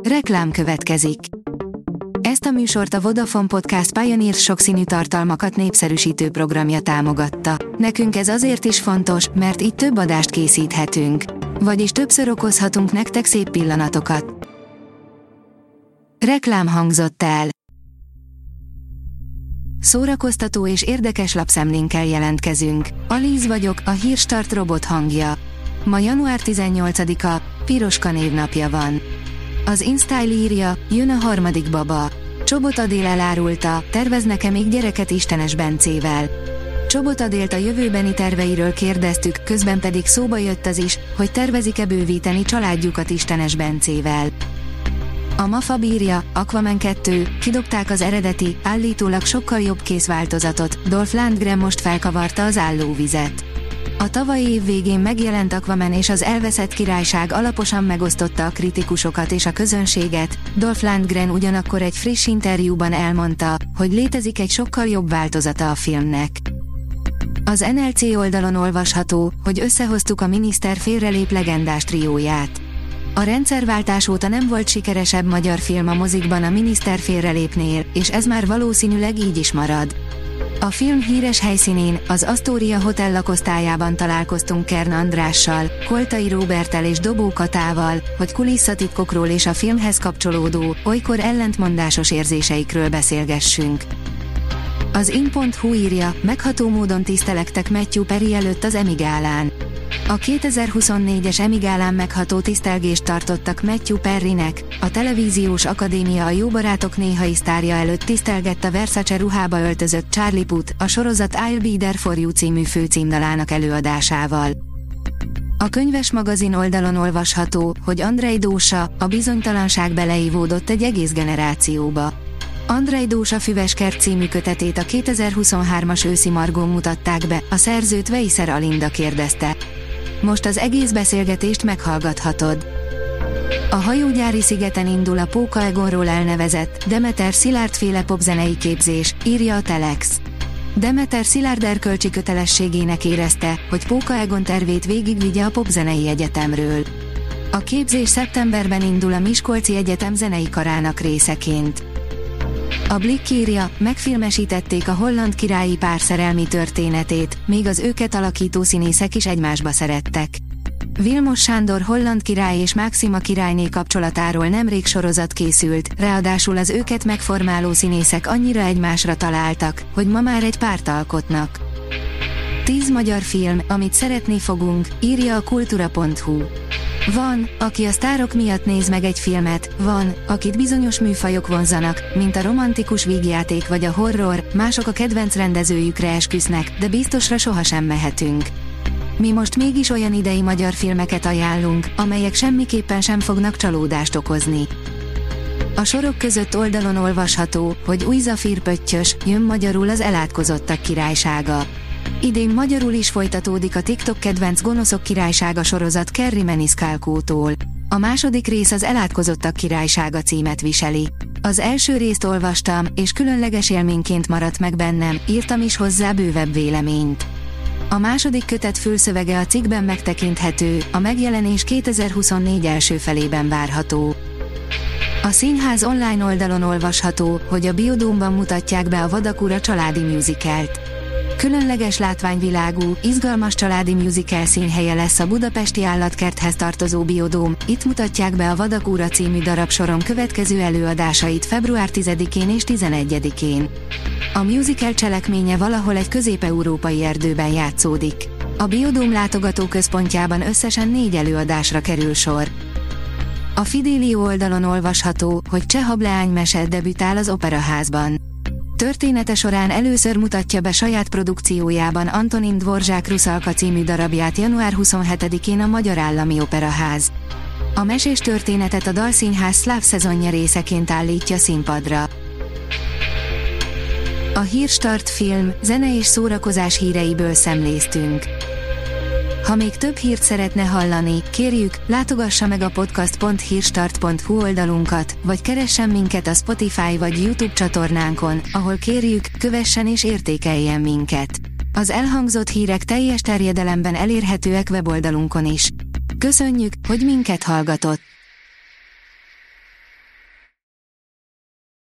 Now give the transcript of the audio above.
Reklám következik. Ezt a műsort a Vodafone Podcast Pioneer sokszínű tartalmakat népszerűsítő programja támogatta. Nekünk ez azért is fontos, mert így több adást készíthetünk. Vagyis többször okozhatunk nektek szép pillanatokat. Reklám hangzott el. Szórakoztató és érdekes lapszemlénkkel jelentkezünk. Alíz vagyok, a Hírstart robot hangja. Ma január 18-a, Piroska névnapja van. Az InStyle írja, jön a harmadik baba. Csobot Adél elárulta, tervez nekem még gyereket Istenes Bencével. Csobot Adélt a jövőbeni terveiről kérdeztük, közben pedig szóba jött az is, hogy tervezik-e bővíteni családjukat Istenes Bencével. A Mafab írja, Aquaman 2, kidobták az eredeti, állítólag sokkal jobb készváltozatot, Dolph Lundgren most felkavarta az állóvizet. A tavalyi év végén megjelent Aquaman és az elveszett királyság alaposan megosztotta a kritikusokat és a közönséget, Dolph Lundgren ugyanakkor egy friss interjúban elmondta, hogy létezik egy sokkal jobb változata a filmnek. Az NLC oldalon olvasható, hogy összehoztuk a miniszter félrelép legendás trióját. A rendszerváltás óta nem volt sikeresebb magyar film a mozikban a miniszter félrelépnél, és ez már valószínűleg így is marad. A film híres helyszínén, az Astoria Hotel lakosztályában találkoztunk Kern Andrással, Koltai Róberttel és Dobó Katával, hogy kulisszatitkokról és a filmhez kapcsolódó, olykor ellentmondásos érzéseikről beszélgessünk. Az in.hu írja, megható módon tisztelektek Matthew Perry előtt az Emmy gálán. A 2024-es Emmy gálán megható tisztelgést tartottak Matthew Perrynek, a Televíziós Akadémia a Jó barátok néhai sztárja előtt tisztelgett a Versace ruhába öltözött Charlie Puth, a sorozat I'll Be There For You című főcímdalának előadásával. A Könyves magazin oldalon olvasható, hogy Andrej Dósa, a bizonytalanság beleívódott egy egész generációba. Andrej Dósa Füveskert című kötetét a 2023-as őszi margón mutatták be, a szerzőt Weiser Alinda kérdezte. Most az egész beszélgetést meghallgathatod. A hajógyári szigeten indul a Póka Egonról elnevezett, Demeter Szilárd féle popzenei képzés, írja a Telex. Demeter Szilárd erkölcsi kötelességének érezte, hogy Póka Egon tervét végigvigye a Popzenei Egyetemről. A képzés szeptemberben indul a Miskolci Egyetem zenei karának részeként. A Blick írja, megfilmesítették a holland királyi pár szerelmi történetét, még az őket alakító színészek is egymásba szerettek. Vilmos Sándor holland király és Máxima királyné kapcsolatáról nemrég sorozat készült, ráadásul az őket megformáló színészek annyira egymásra találtak, hogy ma már egy párt alkotnak. 10 magyar film, amit szeretni fogunk, írja a kultura.hu. Van, aki a sztárok miatt néz meg egy filmet, van, akit bizonyos műfajok vonzanak, mint a romantikus vígjáték vagy a horror, mások a kedvenc rendezőjükre esküsznek, de biztosra sohasem mehetünk. Mi most mégis olyan idei magyar filmeket ajánlunk, amelyek semmiképpen sem fognak csalódást okozni. A sorok között oldalon olvasható, hogy új Zafír Pöttyös, jön magyarul az Elátkozottak királysága. Idén magyarul is folytatódik a TikTok kedvenc Gonoszok királysága sorozat Kerry Maniscalco-tól. A második rész az Elátkozottak királysága címet viseli. Az első részt olvastam, és különleges élményként maradt meg bennem, írtam is hozzá bővebb véleményt. A második kötet fülszövege a cikkben megtekinthető, a megjelenés 2024 első felében várható. A színház online oldalon olvasható, hogy a Biodómban mutatják be a Vadak ura családi musicalt. Különleges látványvilágú, izgalmas családi musical színhelye lesz a budapesti állatkerthez tartozó Biodóm, itt mutatják be a Vadak ura című darabsoron következő előadásait február 10-én és 11-én. A musical cselekménye valahol egy közép-európai erdőben játszódik. A Biodóm látogatóközpontjában összesen 4 előadásra kerül sor. A Fidelio oldalon olvasható, hogy Csehab leánymese debütál az Operaházban. Története során először mutatja be saját produkciójában Antonin Dvorzsák Ruszalka című darabját január 27-én a Magyar Állami Operaház. A mesés történetet a Dalszínház szláv szezonja részeként állítja színpadra. A Hírstart film, zene és szórakozás híreiből szemléztünk. Ha még több hírt szeretne hallani, kérjük, látogassa meg a podcast.hírstart.hu oldalunkat, vagy keressen minket a Spotify vagy YouTube csatornánkon, ahol kérjük, kövessen és értékeljen minket. Az elhangzott hírek teljes terjedelemben elérhetőek weboldalunkon is. Köszönjük, hogy minket hallgatott!